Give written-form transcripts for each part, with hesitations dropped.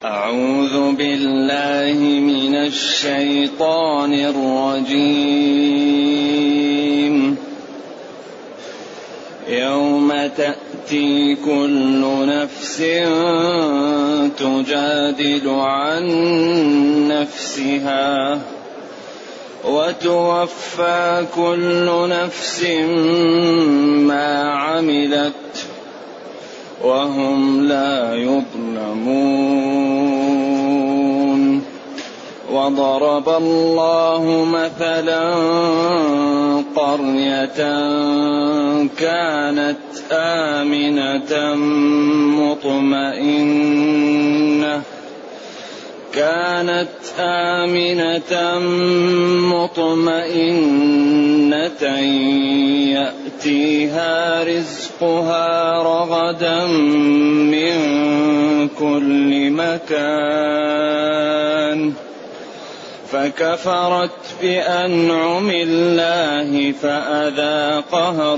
أعوذ بالله من الشيطان الرجيم. يوم تأتي كل نفس تجادل عن نفسها وتوفى كل نفس ما عملت وهم لا يظلمون. وضرب الله مثلا قرية كانت آمنة مطمئنة يأتيها رزقها رغدا من كل مكان فكفرت بأنعم الله فأذاقها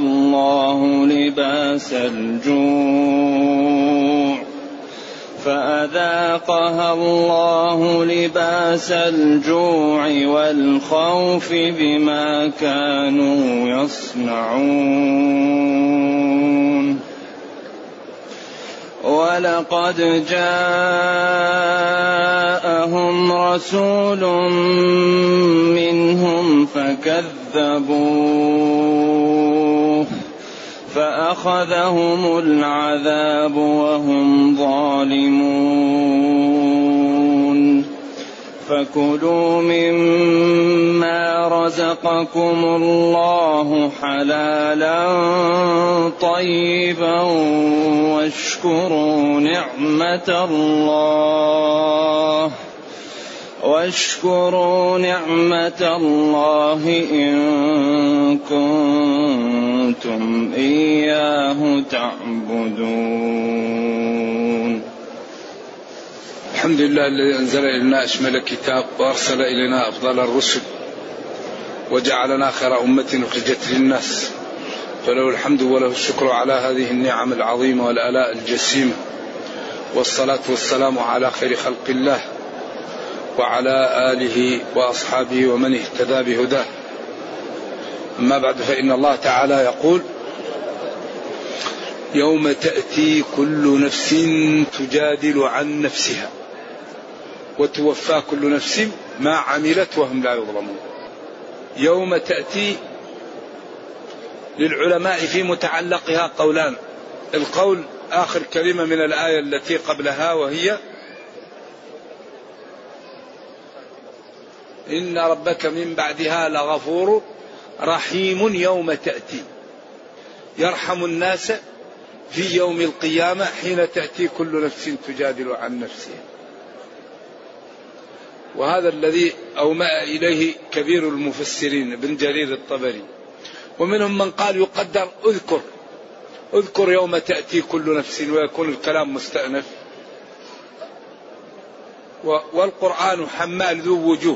الله لباس الجوع والخوف بما كانوا يصنعون. ولقد جاءهم رسول منهم فكذبوه فأخذهم العذاب وهم ظالمون. فكلوا مما رزقكم الله حلالا طيبا واشكروا نعمة الله إن كنتم إياه تعبدون. الحمد لله الذي أنزل إلينا أشمل كتاب وأرسل إلينا أفضل الرسل وجعلنا خير أمة أخرجت للناس، فله الحمد وله الشكر على هذه النعم العظيمة والآلاء الجسيمة، والصلاة والسلام على خير خلق الله وعلى آله وأصحابه ومن اهتدى بهداه. أما بعد، فإن الله تعالى يقول: يوم تأتي كل نفس تجادل عن نفسها وتوفى كل نفس ما عملت وهم لا يظلمون. يوم تأتي للعلماء في متعلقها قولان. القول آخر كلمة من الآية التي قبلها، وهي: إن ربك من بعدها لغفور رحيم يوم تأتي، يرحم الناس في يوم القيامة حين تأتي كل نفس تجادل عن نفسها. وهذا الذي أومأ إليه كبير المفسرين ابن جرير الطبري، ومنهم من قال يقدر اذكر يوم تأتي كل نفس، ويكون الكلام مستأنف. والقرآن حمال ذو وجوه،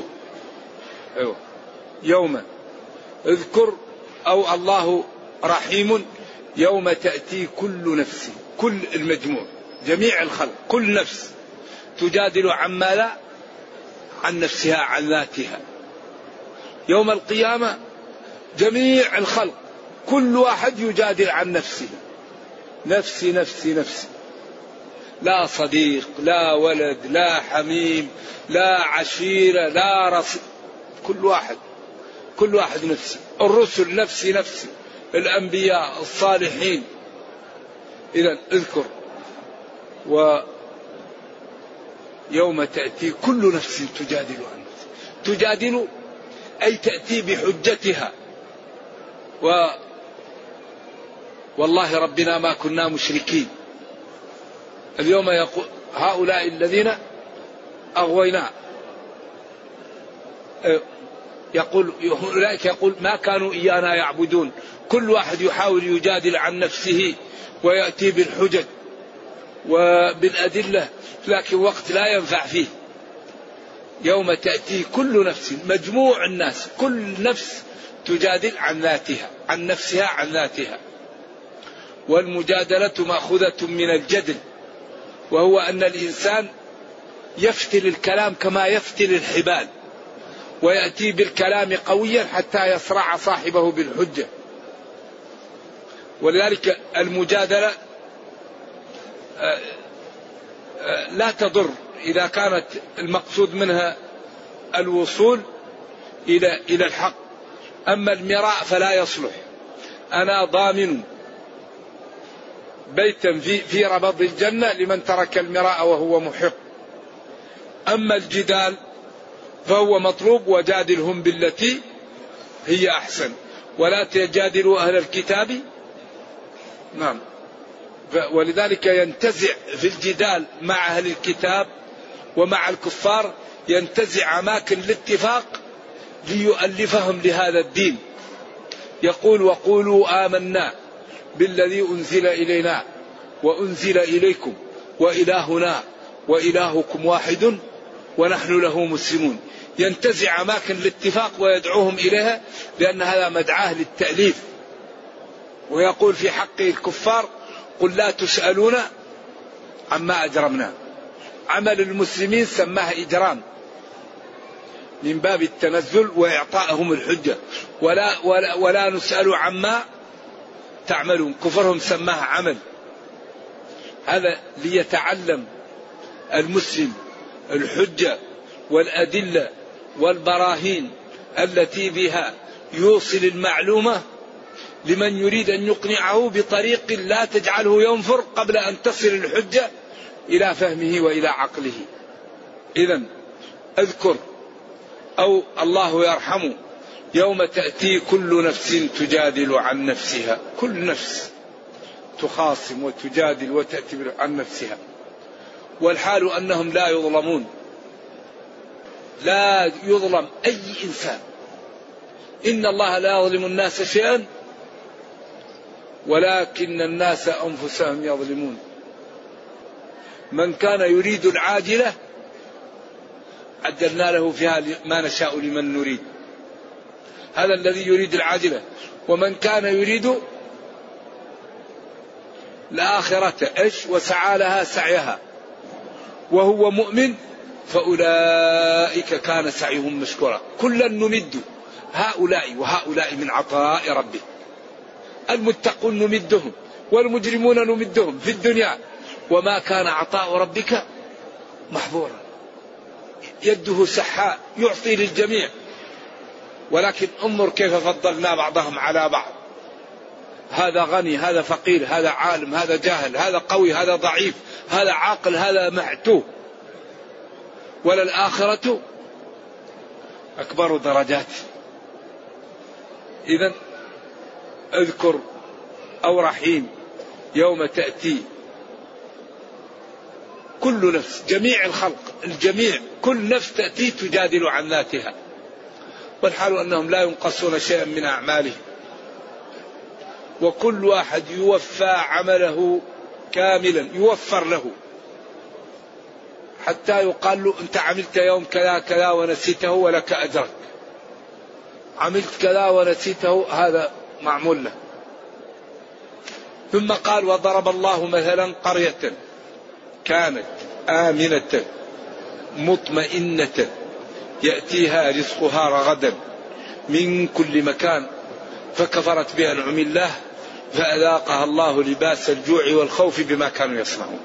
يوم اذكر أو الله رحيم يوم تأتي كل نفس، كل المجموع، جميع الخلق، كل نفس تجادل عما لا عن نفسها عن ذاتها. يوم القيامة جميع الخلق كل واحد يجادل عن نفسه، نفسي نفسي نفسي، لا صديق لا ولد لا حميم لا عشيرة لا رصيد، كل واحد نفسي. الرسل نفسي نفسي، الأنبياء الصالحين. إذن اذكر ويوم تأتي كل نفس تجادل عن نفسها، تجادل أي تأتي بحجتها. والله ربنا ما كنا مشركين. اليوم يقول هؤلاء الذين أغوينا، أولئك يقول ما كانوا إيانا يعبدون. كل واحد يحاول يجادل عن نفسه ويأتي بالحجج وبالأدلة، لكن وقت لا ينفع فيه. يوم تأتي كل نفس، مجموع الناس، كل نفس تجادل عن ذاتها، عن نفسها عن ذاتها. والمجادلة مأخوذة من الجدل، وهو أن الإنسان يفتل الكلام كما يفتل الحبال، ويأتي بالكلام قويا حتى يصرع صاحبه بالحجة. ولذلك المجادلة لا تضر إذا كانت المقصود منها الوصول إلى الحق. أما المراء فلا يصلح. أنا ضامن بيتا في ربض الجنة لمن ترك المراء وهو محق. أما الجدال فهو مطلوب، وجادلهم بالتي هي أحسن ولا تجادلوا أهل الكتاب. نعم. ولذلك ينتزع في الجدال مع أهل الكتاب ومع الكفار، ينتزع أماكن الاتفاق ليؤلفهم لهذا الدين. يقول وقولوا آمنا بالذي أنزل إلينا وأنزل إليكم وإلهنا وإلهكم واحد ونحن له مسلمون. ينتزع أماكن الاتفاق ويدعوهم إليها، لأن هذا مدعاه للتأليف. ويقول في حق الكفار قل لا تسألون عما أجرمنا. عمل المسلمين سماه إجرام من باب التنزل وإعطائهم الحجة. ولا نسأل عما تعملون. كفرهم سماه عمل. هذا ليتعلم المسلم الحجة والأدلة والبراهين التي بها يوصل المعلومة لمن يريد أن يقنعه بطريق لا تجعله ينفر قبل أن تصل الحجة إلى فهمه وإلى عقله. إذن اذكر أو الله يرحمه يوم تأتي كل نفس تجادل عن نفسها. كل نفس تخاصم وتجادل وتأتي عن نفسها، والحال أنهم لا يظلمون. لا يظلم أي إنسان. إن الله لا يظلم الناس شيئا ولكن الناس أنفسهم يظلمون. من كان يريد العاجلة عجلنا له فيها ما نشاء لمن نريد. هذا الذي يريد العاجلة. ومن كان يريد الآخرة وسعى لها سعيها وهو مؤمن فأولئك كان سعيهم مشكورا. كلا نمد هؤلاء وهؤلاء من عطاء ربه. المتقون نمدهم والمجرمون نمدهم في الدنيا، وما كان عطاء ربك محظورا. يده سحاء يعطي للجميع، ولكن انظر كيف فضلنا بعضهم على بعض. هذا غني، هذا فقير، هذا عالم، هذا جاهل، هذا قوي، هذا ضعيف، هذا عاقل، هذا معتوه. وللآخرة أكبر درجات. إذن اذكر أو رحيم يوم تأتي كل نفس، جميع الخلق، الجميع، كل نفس تأتي تجادل عن ذاتها، والحال أنهم لا ينقصون شيئا من أعمالهم، وكل واحد يوفى عمله كاملا، يوفر له، حتى يقال له أنت عملت يوم كذا كذا ونسيته ولك أجرك، عملت كذا ونسيته هذا معمول له. ثم قال وضرب الله مثلا قرية كانت آمنة مطمئنة يأتيها رزقها رغدا من كل مكان فكفرت بأنعم الله فأذاقها الله لباس الجوع والخوف بما كانوا يصنعون.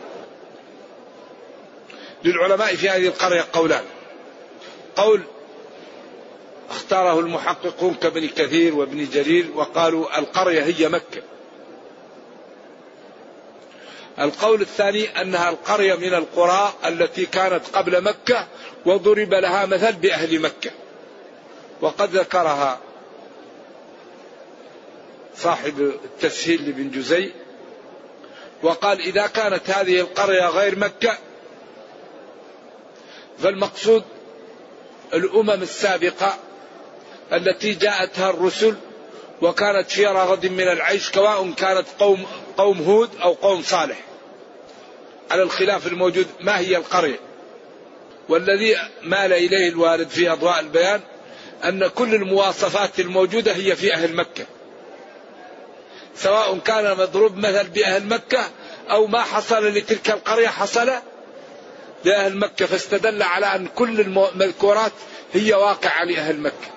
للعلماء في هذه القرية قولان. قول اختاره المحققون كابن كثير وابن جرير وقالوا القرية هي مكة. القول الثاني أنها القرية من القرى التي كانت قبل مكة وضرب لها مثل بأهل مكة، وقد ذكرها صاحب التسهيل لابن جزي وقال إذا كانت هذه القرية غير مكة فالمقصود الأمم السابقة التي جاءتها الرسل وكانت في رغد من العيش، سواء كانت قوم هود أو قوم صالح، على الخلاف الموجود ما هي القرية. والذي مال إليه الوارد في أضواء البيان أن كل المواصفات الموجودة هي في أهل مكة، سواء كان مضروب مثل بأهل مكة أو ما حصل لتلك القرية حصل لأهل مكة، فاستدل على أن كل المذكورات هي واقعة لأهل مكة،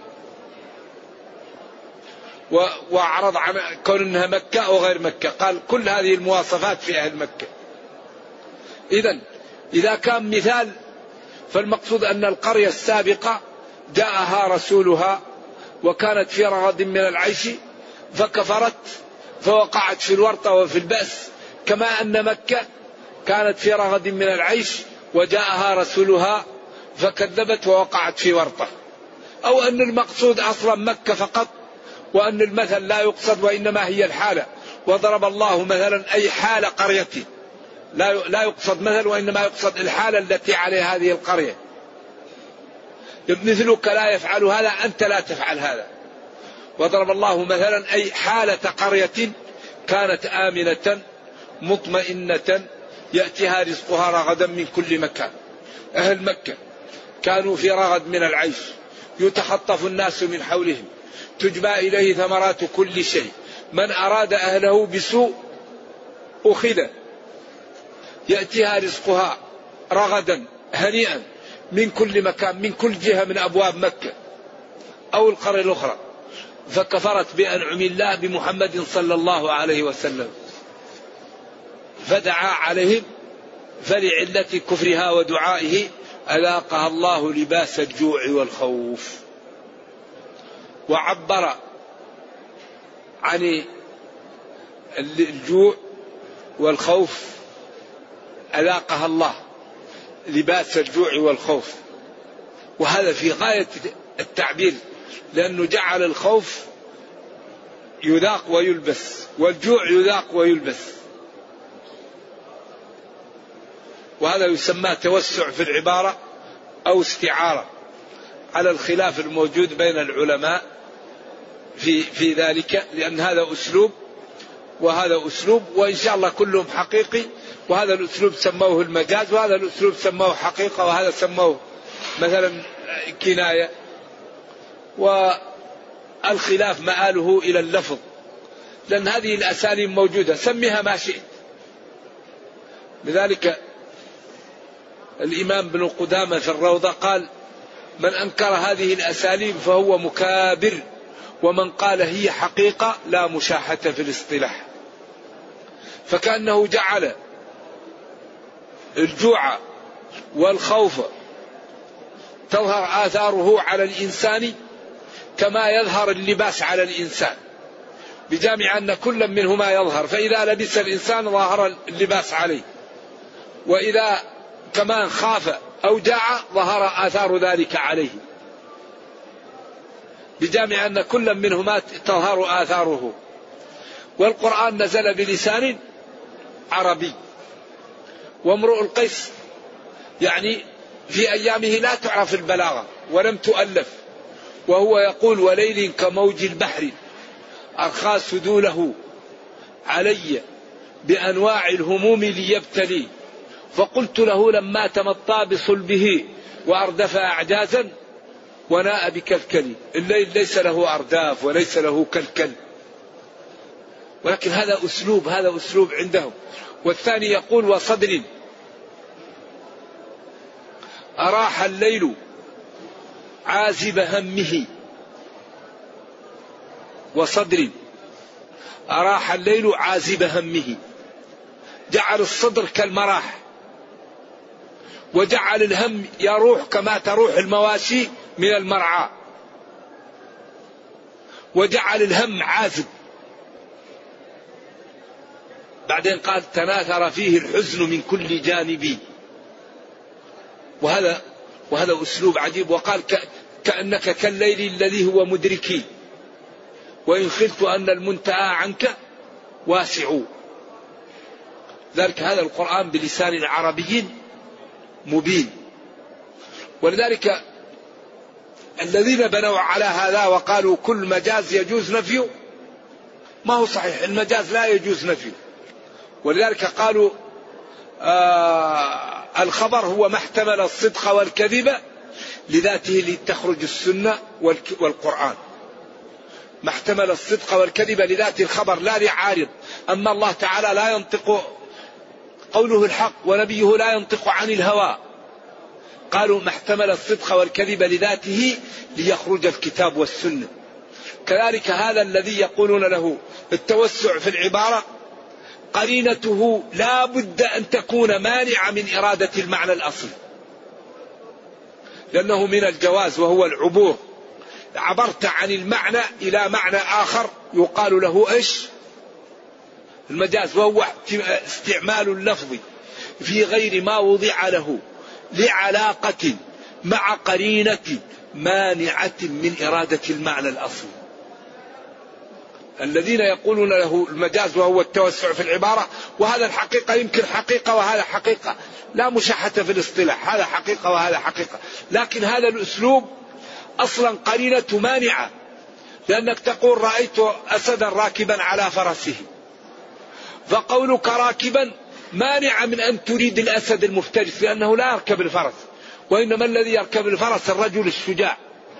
وأعرض عن كون أنها مكة أو غير مكة، قال كل هذه المواصفات في أهل مكة. إذا كان مثال فالمقصود أن القرية السابقة جاءها رسولها وكانت في رغد من العيش فكفرت فوقعت في الورطة وفي البأس، كما أن مكة كانت في رغد من العيش وجاءها رسولها فكذبت ووقعت في ورطة، أو أن المقصود أصلا مكة فقط، وأن المثل لا يقصد وإنما هي الحالة، وضرب الله مثلا أي حال قرية، لا يقصد مثل وإنما يقصد الحالة التي عليها هذه القرية. مثلك لا يفعل هذا، أنت لا تفعل هذا. وضرب الله مثلا أي حالة قرية كانت آمنة مطمئنة يأتيها رزقها رغدا من كل مكان. أهل مكة كانوا في رغد من العيش، يتخطف الناس من حولهم، تجبى إليه ثمرات كل شيء، من أراد أهله بسوء أخذ، يأتيها رزقها رغدا هنيئا من كل مكان، من كل جهة من أبواب مكة أو القرية الأخرى، فكفرت بأنعم الله بمحمد صلى الله عليه وسلم، فدعا عليهم، فلعلة كفرها ودعائه أذاقها الله لباس الجوع والخوف. وعبر عن الجوع والخوف، أذاقها الله لباس الجوع والخوف، وهذا في غاية التعبير، لأنه جعل الخوف يذاق ويلبس، والجوع يذاق ويلبس، وهذا يسمى توسع في العبارة أو استعارة، على الخلاف الموجود بين العلماء في ذلك، لأن هذا أسلوب وهذا أسلوب، وإن شاء الله كلهم حقيقي، وهذا الأسلوب سموه المجاز، وهذا الأسلوب سموه حقيقة، وهذا سموه مثلا كناية، والخلاف مآله إلى اللفظ، لأن هذه الأساليب موجودة، سميها ما شئت. لذلك الإمام ابن قدامة في الروضة قال: من أنكر هذه الأساليب فهو مكابر، ومن قال هي حقيقة لا مشاحة في الاصطلاح. فكأنه جعل الجوع والخوف تظهر آثاره على الإنسان كما يظهر اللباس على الإنسان، بجامع أن كل منهما يظهر، فإذا لبس الإنسان ظهر اللباس عليه، وإذا كمان خاف أو جاع ظهر آثار ذلك عليه، بجامع أن كل منهما تظهر آثاره. والقرآن نزل بلسان عربي، وامرؤ القيس يعني في أيامه لا تعرف البلاغة ولم تؤلف، وهو يقول: وليل كموج البحر أرخى سدوله علي بأنواع الهموم ليبتلي، فقلت له لما تمطى بصلبه وأردف أعجازا وناء بكلكلي. الليل ليس له أرداف وليس له كلكل، ولكن هذا أسلوب عندهم. والثاني يقول: وصدر أراح الليل عازب همه، وصدر أراح الليل عازب همه، جعل الصدر كالمراح، وجعل الهم يروح كما تروح المواشي من المرعى، وجعل الهم عازب. بعدين قال: تناثر فيه الحزن من كل جانب. وهذا أسلوب عجيب. وقال: كأنك كالليل الذي هو مدركي، وإن خلت أن المنتهى عنك واسع. ذلك هذا القرآن بلسان عربي مبين. ولذلك الذين بنوا على هذا وقالوا كل مجاز يجوز نفيه، ما هو صحيح، المجاز لا يجوز نفيه. ولذلك قالوا الخبر هو ما احتمل الصدق والكذب لذاته لتخرج السنة والقرآن. ما احتمل الصدق والكذب لذات الخبر لا لعارض. أما الله تعالى لا ينطق، قوله الحق، ونبيه لا ينطق عن الهوى قالوا ما احتمل الصدق والكذب لذاته ليخرج الكتاب والسنة. كذلك هذا الذي يقولون له التوسع في العبارة قرينته لا بد أن تكون مانعة من إرادة المعنى الأصلي، لأنه من الجواز وهو العبور، عبرت عن المعنى إلى معنى آخر يقال له إيش؟ المجاز، وهو استعمال اللفظ في غير ما وضع له لعلاقة مع قرينة مانعة من إرادة المعنى الأصلي. الذين يقولون له المجاز وهو التوسع في العبارة، وهذا الحقيقة يمكن حقيقة وهذا حقيقة، لا مشاحة في الاصطلاح، هذا حقيقة وهذا حقيقة، لكن هذا الأسلوب أصلا قرينة مانعة، لأنك تقول رأيت أسدا راكبا على فرسه، فقولك راكبا مانع من أن تريد الأسد المفترس، لأنه لا يركب الفرس، وإنما الذي يركب الفرس الرجل الشجاع.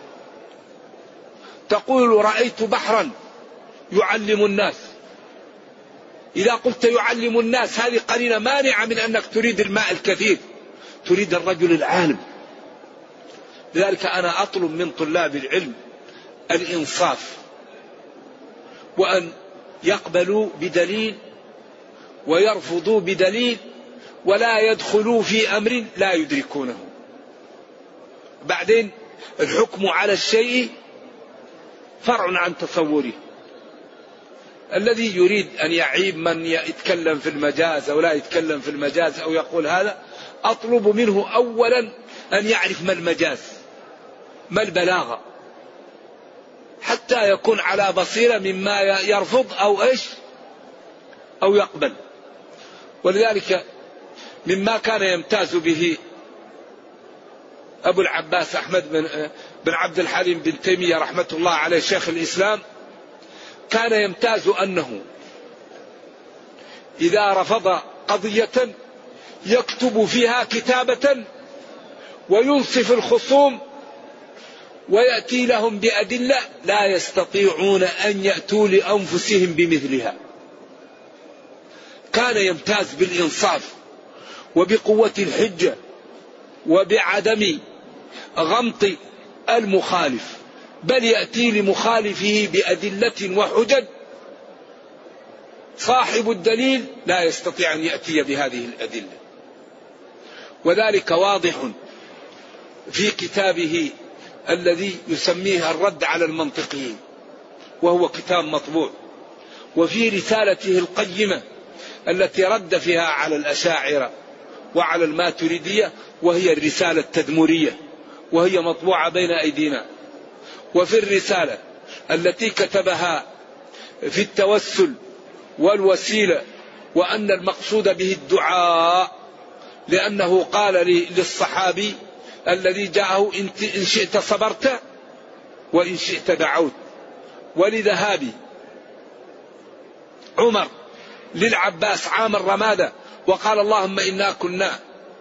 تقول رأيت بحرا يعلم الناس، إذا قلت يعلم الناس هذه قرينة مانعة من أنك تريد الماء الكثير، تريد الرجل العالم. لذلك أنا أطلب من طلاب العلم الإنصاف، وأن يقبلوا بدليل ويرفضوا بدليل، ولا يدخلوا في أمر لا يدركونه. بعدين الحكم على الشيء فرع عن تصوره. الذي يريد أن يعيب من يتكلم في المجاز أو لا يتكلم في المجاز أو يقول هذا، أطلب منه أولا أن يعرف ما المجاز، ما البلاغة، حتى يكون على بصيرة مما يرفض أو إيش أو يقبل. ولذلك مما كان يمتاز به أبو العباس أحمد بن عبد الحليم بن تيمية رحمة الله عليه شيخ الإسلام، كان يمتاز أنه إذا رفض قضية يكتب فيها كتابة وينصف الخصوم ويأتي لهم بأدلة لا يستطيعون أن يأتوا لأنفسهم بمثلها. كان يمتاز بالإنصاف وبقوة الحجة وبعدم غمط المخالف، بل يأتي لمخالفه بأدلة وحجج صاحب الدليل لا يستطيع أن يأتي بهذه الأدلة. وذلك واضح في كتابه الذي يسميه الرد على المنطقيين، وهو كتاب مطبوع، وفي رسالته القيمة التي رد فيها على الأشاعرة وعلى الماتريدية، وهي الرسالة التدمرية، وهي مطبوعة بين أيدينا. وفي الرسالة التي كتبها في التوسل والوسيلة، وأن المقصود به الدعاء، لأنه قال للصحابي الذي جاءه إن شئت صبرت وإن شئت دعوت. ولذهاب عمر للعباس عام الرمادة وقال اللهم إنا كنا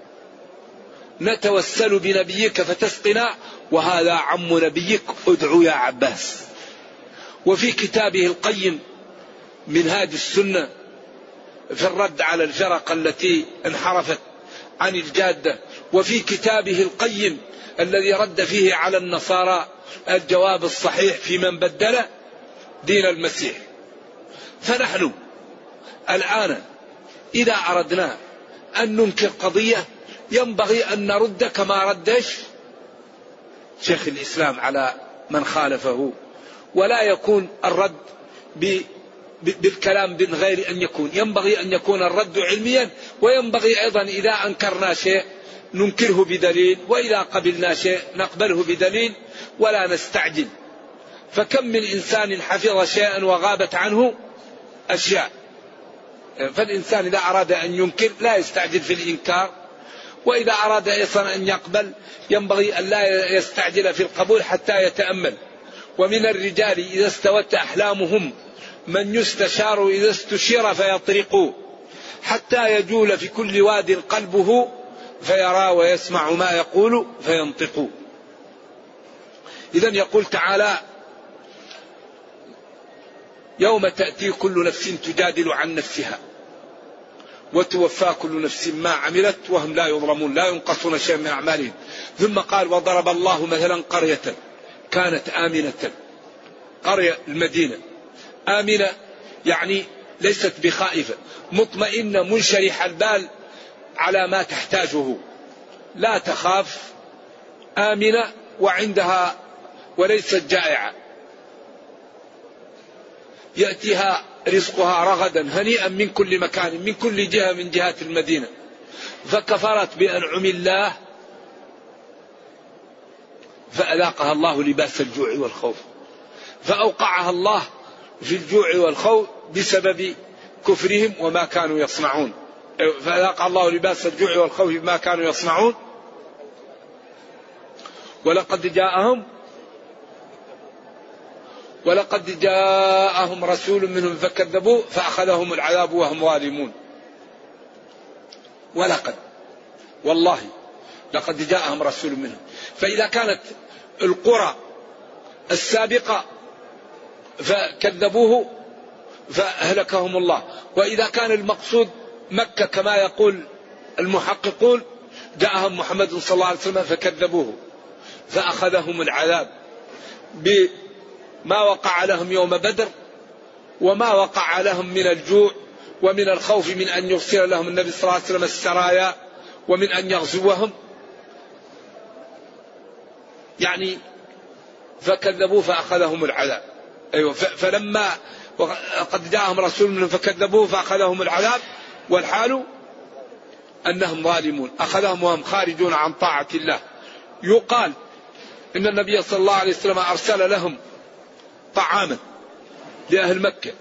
نتوسل بنبيك فتسقنا، وهذا عم نبيك ادعو يا عباس. وفي كتابه القيم منهاج السنة في الرد على الفرق التي انحرفت عن الجادة، وفي كتابه القيم الذي رد فيه على النصارى الجواب الصحيح في من بدل دين المسيح. فنحن الآن إذا أردنا أن ننكر قضية ينبغي أن نرد كما ردش شيخ الإسلام على من خالفه، ولا يكون الرد بالكلام من غير أن ينبغي أن يكون الرد علميا، وينبغي أيضا إذا أنكرنا شيء ننكره بدليل، وإذا قبلنا شيء نقبله بدليل ولا نستعجل. فكم من إنسان حفظ شيئا وغابت عنه أشياء. فالإنسان إذا أراد أن ينكر لا يستعجل في الإنكار، وإذا أراد أيضا أن يقبل ينبغي أن لا يستعجل في القبول حتى يتأمل. ومن الرجال إذا استوت أحلامهم من يستشار إذا استشير فيطرق، حتى يجول في كل واد قلبه فيرى ويسمع ما يقول فينطق. إذن يقول تعالى يوم تأتي كل نفس تجادل عن نفسها وتوفى كل نفس ما عملت وهم لا يظلمون، لا ينقصون شيئا من أعمالهم. ثم قال وضرب الله مثلا قرية كانت آمنة، قرية المدينة آمنة يعني ليست بخائفة، مطمئنة منشرح البال على ما تحتاجه، لا تخاف، آمنة وعندها وليست جائعة، يأتيها رزقها رغدا هنيئا من كل مكان من كل جهة من جهات المدينة، فكفرت بأنعم الله فأذاقها الله لباس الجوع والخوف، فأوقعها الله في الجوع والخوف بسبب كفرهم وما كانوا يصنعون، فأذاقها الله لباس الجوع والخوف بما كانوا يصنعون. ولقد جاءهم رسول منهم فكذبوه فأخذهم العذاب وهم ظالمون. والله لقد جاءهم رسول منهم. فإذا كانت القرى السابقة فكذبوه فأهلكهم الله، وإذا كان المقصود مكة كما يقول المحققون جاءهم محمد صلى الله عليه وسلم فكذبوه فأخذهم العذاب بما وقع لهم يوم بدر وما وقع لهم من الجوع ومن الخوف من أن يرسل لهم النبي صلى الله عليه وسلم السرايا ومن أن يغزوهم، يعني فكذبوه فأخذهم العذاب. أيوة، فلما قد جاءهم رسول منهم فكذبوه فأخذهم العذاب والحال أنهم ظالمون، أخذهم وهم خارجون عن طاعة الله. يقال إن النبي صلى الله عليه وسلم أرسل لهم طعاما لأهل مكة،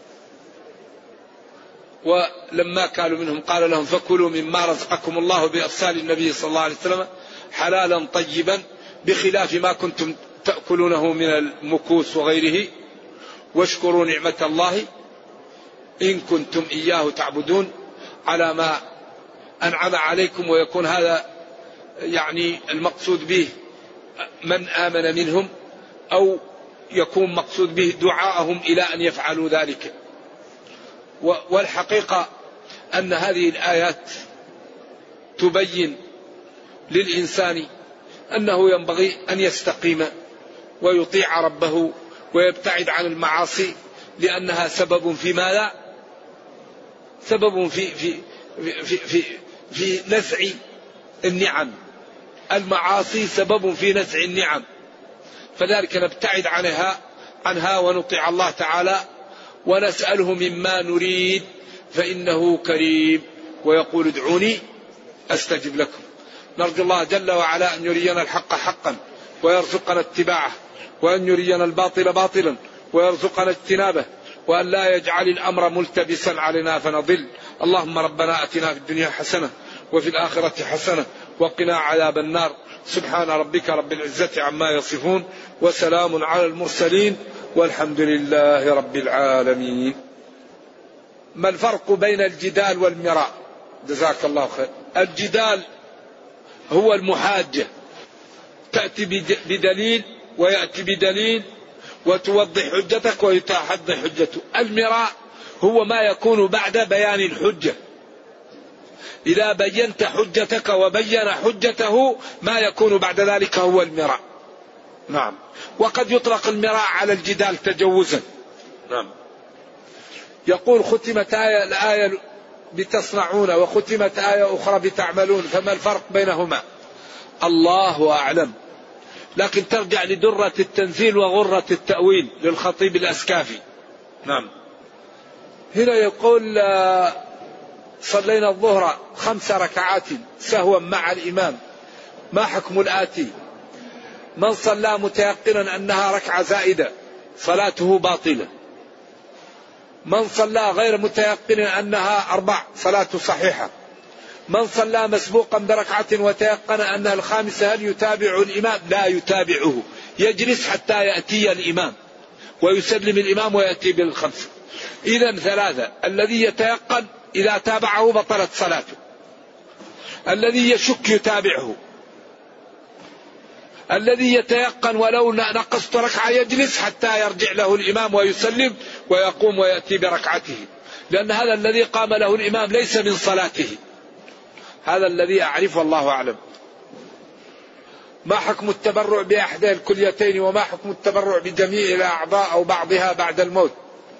ولما كانوا منهم قال لهم فكلوا مما رزقكم الله بإرسال النبي صلى الله عليه وسلم حلالا طيبا بخلاف ما كنتم تأكلونه من المكوس وغيره، واشكروا نعمة الله إن كنتم إياه تعبدون على ما أنعم عليكم. ويكون هذا يعني المقصود به من آمن منهم، أو يكون مقصود به دعاءهم إلى أن يفعلوا ذلك. والحقيقة أن هذه الآيات تبين للإنسان أنه ينبغي أن يستقيم ويطيع ربه ويبتعد عن المعاصي، لأنها سبب في ماذا؟ سبب في نزع النعم. المعاصي سبب في نزع النعم، فذلك نبتعد عنها ونطيع الله تعالى ونسأله مما نريد، فإنه كريم ويقول ادعوني أستجب لكم. نرجو الله جل وعلا أن يرينا الحق حقا ويرزقنا اتباعه، وأن يرينا الباطل باطلا ويرزقنا اجتنابه، وأن لا يجعل الأمر ملتبسا علينا فنضل. اللهم ربنا أتنا في الدنيا حسنة وفي الآخرة حسنة وقنا عذاب النار. سبحان ربك رب العزة عما يصفون وسلام على المرسلين والحمد لله رب العالمين. ما الفرق بين الجدال والمراء؟ جزاك الله خير. الجدال هو المحاجة، تأتي بدليل ويأتي بدليل وتوضح حجتك ويتحدى حجته. المراء هو ما يكون بعد بيان الحجة، إذا بينت حجتك وبين حجته ما يكون بعد ذلك هو المراء. نعم. وقد يطلق المراء على الجدال تجوزا. نعم. يقول ختمت الآية بتصنعون وختمت آية أخرى بتعملون، فما الفرق بينهما؟ الله أعلم، لكن ترجع لدرة التنزيل وغرة التأويل للخطيب الأسكافي. نعم. هنا يقول صلينا الظهر 5 ركعات سهوا مع الإمام، ما حكم الآتي؟ من صلى متيقنا أنها ركعة زائدة صلاته باطلة، من صلى غير متيقن أنها 4 صلاته صحيحة، من صلى مسبوقا بركعة وتيقن أنها الخامسة هل يتابع الإمام؟ لا يتابعه، يجلس حتى يأتي الإمام ويسلم الإمام ويأتي بالخمسة. إذن 3: الذي يتيقن إذا تابعه بطلت صلاته، الذي يشك يتابعه، الذي يتيقن ولو نقصت ركعة يجلس حتى يرجع له الإمام ويسلم ويقوم ويأتي بركعته. لأن هذا الذي قام له الإمام ليس من صلاته. هذا الذي أعرفه، الله أعلم. ما حكم التبرع بأحدى الكليتين، وما حكم التبرع بجميع الأعضاء أو بعضها بعد الموت؟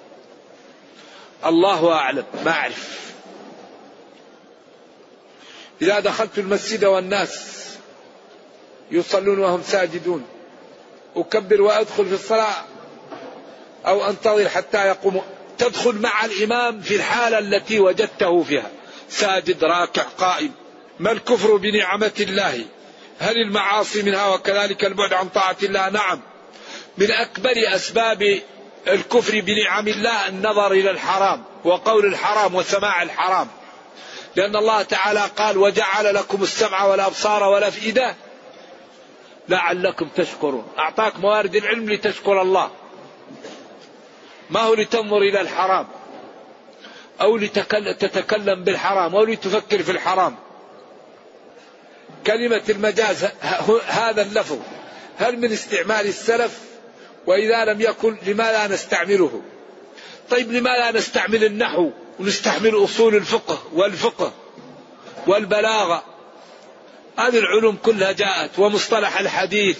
الله أعلم، ما أعرف. إذا دخلت المسجد والناس يصلون وهم ساجدون أكبر وأدخل في الصلاة أو أنتظر حتى يقوموا؟ تدخل مع الإمام في الحالة التي وجدته فيها، ساجد راكع قائم. ما الكفر بنعمة الله؟ هل المعاصي منها وكذلك البعد عن طاعة الله؟ نعم، من أكبر أسباب الكفر بنعم الله النظر إلى الحرام وقول الحرام وسماع الحرام، لأن الله تعالى قال وجعل لكم السمع والأبصار والأفئدة لعلكم تشكرون. أعطاك موارد العلم لتشكر الله، ما هو لتنظر إلى الحرام أو تتكلم بالحرام أو لتفكر في الحرام. كلمة المجاز هذا اللفظ هل من استعمال السلف؟ وإذا لم يكن لماذا نستعمله؟ طيب لماذا نستعمل النحو ونستعمل أصول الفقه والبلاغة؟ هذه العلوم كلها جاءت، ومصطلح الحديث.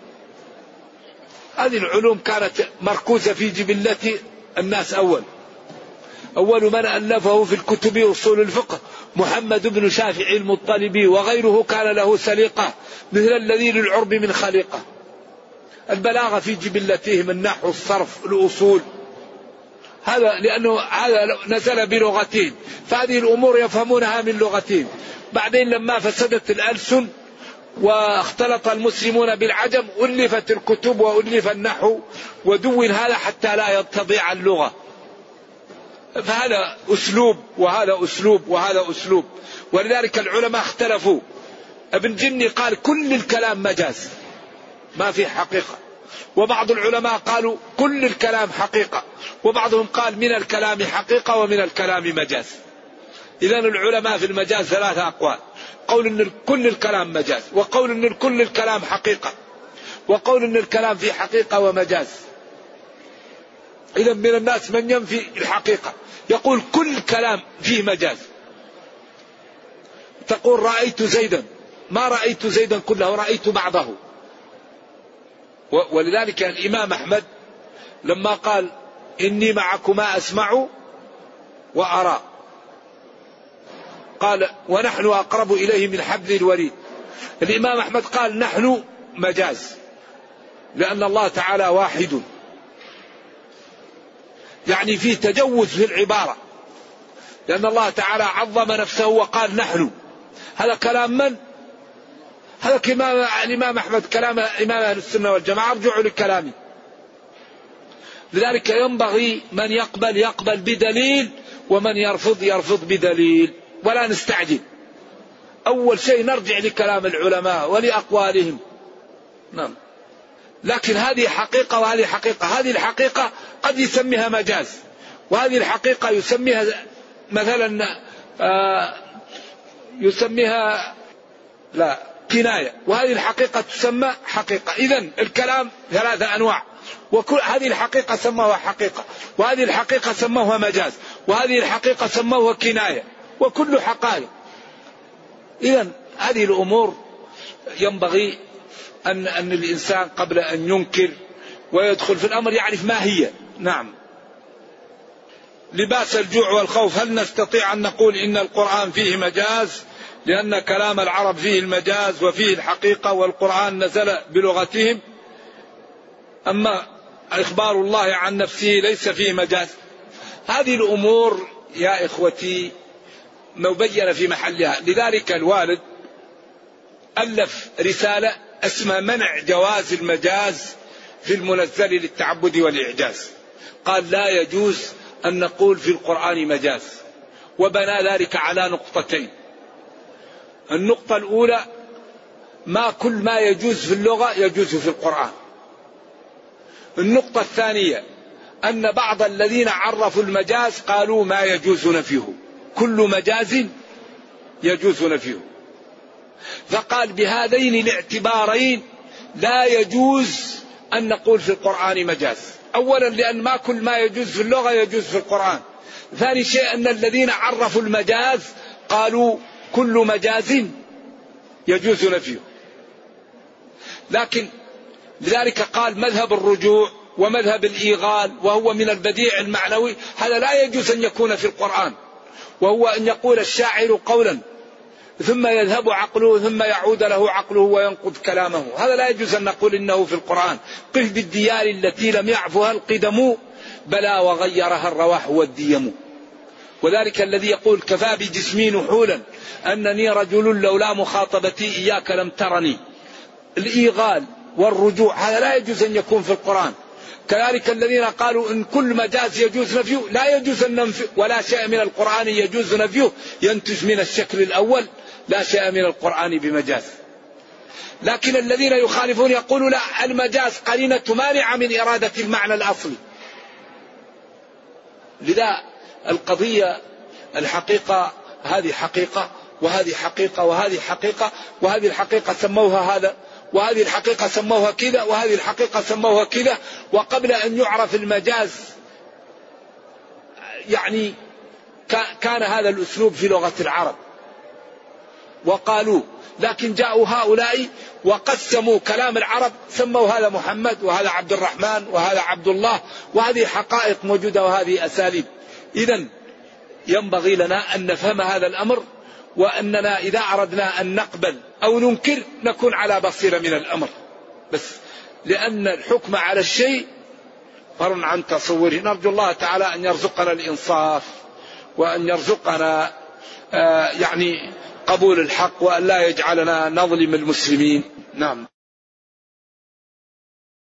هذه العلوم كانت مركوزة في جبلة الناس. أول من ألفه في الكتب أصول الفقه محمد بن شافعي المطلبي، وغيره كان له سليقة مثل الذي للعرب من خليقة. البلاغة في جبلتهم، النحو، الصرف، الأصول، هذا لأنه هذا نزل بلغتهم، فهذه الأمور يفهمونها من لغتهم. بعدين لما فسدت الألسن واختلط المسلمون بالعجم ألفت الكتب وألف النحو ودون هذا حتى لا تضيع اللغة. فهذا أسلوب وهذا أسلوب وهذا أسلوب، ولذلك العلماء اختلفوا. ابن جني قال كل الكلام مجاز ما في حقيقة، وبعض العلماء قالوا كل الكلام حقيقة، وبعضهم قال من الكلام حقيقة ومن الكلام مجاز. إذن العلماء في المجاز ثلاثة أقوال: قول أن كل الكلام مجاز، وقول أن كل الكلام حقيقة، وقول أن الكلام فيه حقيقة ومجاز. إذن من الناس من ينفي الحقيقة، يقول كل كلام فيه مجاز. تقول رأيت زيدا، ما رأيت زيدا كله، رأيت بعضه. ولذلك الإمام أحمد لما قال إني معكما أسمع وأرى، قال ونحن أقرب إليه من حبل الوريد. الإمام أحمد قال نحن مجاز، لأن الله تعالى واحد، يعني فيه تجوز في العبارة، لأن الله تعالى عظم نفسه وقال نحن. هذا كلام من؟ هذا كلام الإمام أحمد، كلام إمام أهل السنة والجماعة، ارجعوا لكلامه. لذلك ينبغي من يقبل بدليل، ومن يرفض بدليل، ولا نستعجل. أول شيء نرجع لكلام العلماء ولأقوالهم. نعم. لكن هذه حقيقة وهذه حقيقة. هذه الحقيقة قد يسميها مجاز، وهذه الحقيقة يسميها مثلا يسميها كناية، وهذه الحقيقة تسمى حقيقة. إذن الكلام ثلاثة أنواع، وكل هذه الحقيقة سموها حقيقة، وهذه الحقيقة سموها مجاز، وهذه الحقيقة سموها كناية، وكل حقائق. إذن هذه الأمور ينبغي أن الإنسان قبل أن ينكر ويدخل في الأمر يعرف ما هي. نعم. لباس الجوع والخوف، هل نستطيع أن نقول إن القرآن فيه مجاز لأن كلام العرب فيه المجاز وفيه الحقيقة، والقرآن نزل بلغتهم، أما إخبار الله عن نفسه ليس فيه مجاز؟ هذه الأمور يا إخوتي مبينة في محلها. لذلك الوالد ألف رسالة اسمها منع جواز المجاز في المنزل للتعبد والإعجاز. قال لا يجوز أن نقول في القرآن مجاز، وبنى ذلك على نقطتين. النقطة الأولى ما كل ما يجوز في اللغة يجوز في القرآن. النقطة الثانية أن بعض الذين عرفوا المجاز قالوا ما يجوز نفيه، كل مجاز يجوز نفيه. فقال بهذين الاعتبارين لا يجوز أن نقول في القرآن مجاز. أولا لأن ما كل ما يجوز في اللغة يجوز في القرآن. ثاني شيء أن الذين عرفوا المجاز قالوا كل مجاز يجوز نفيه، لكن لذلك قال مذهب الرجوع ومذهب الإيغال وهو من البديع المعنوي، هذا لا يجوز أن يكون في القرآن، وهو أن يقول الشاعر قولا ثم يذهب عقله ثم يعود له عقله وينقض كلامه، هذا لا يجوز أن نقول إنه في القرآن. قف بالديار التي لم يعفها القدم بلى وغيرها الرواح والديم. وذلك الذي يقول كفى بجسمي نحولا أنني رجل لولا مخاطبتي إياك لم ترني، الإيغال والرجوع هذا لا يجوز أن يكون في القرآن. كذلك الذين قالوا إن كل مجاز يجوز نفيه، لا يجوز أن ننفي ولا شيء من القرآن يجوز نفيه، ينتج من الشكل الأول لا شيء من القرآن بمجاز. لكن الذين يخالفون يقولوا لا، المجاز قرينة مانعة من إرادة المعنى الأصلي. لذا القضية الحقيقة هذه حقيقة وهذه حقيقة وهذه حقيقة، وهذه الحقيقة سموها هذا وهذه الحقيقة سموها كذا وهذه الحقيقة سموها كذا. وقبل أن يعرف المجاز يعني كان هذا الأسلوب في لغة العرب وقالوا، لكن جاءوا هؤلاء وقسموا كلام العرب، سموا هذا محمد وهذا عبد الرحمن وهذا عبد الله، وهذه حقائق موجودة وهذه أساليب. إذن ينبغي لنا أن نفهم هذا الأمر، وأننا إذا أردنا أن نقبل أو ننكر نكون على بصيرة من الأمر، بس لأن الحكم على الشيء فرع عن تصوره. نرجو الله تعالى أن يرزقنا الإنصاف وأن يرزقنا يعني قبول الحق وأن لا يجعلنا نظلم المسلمين. نعم.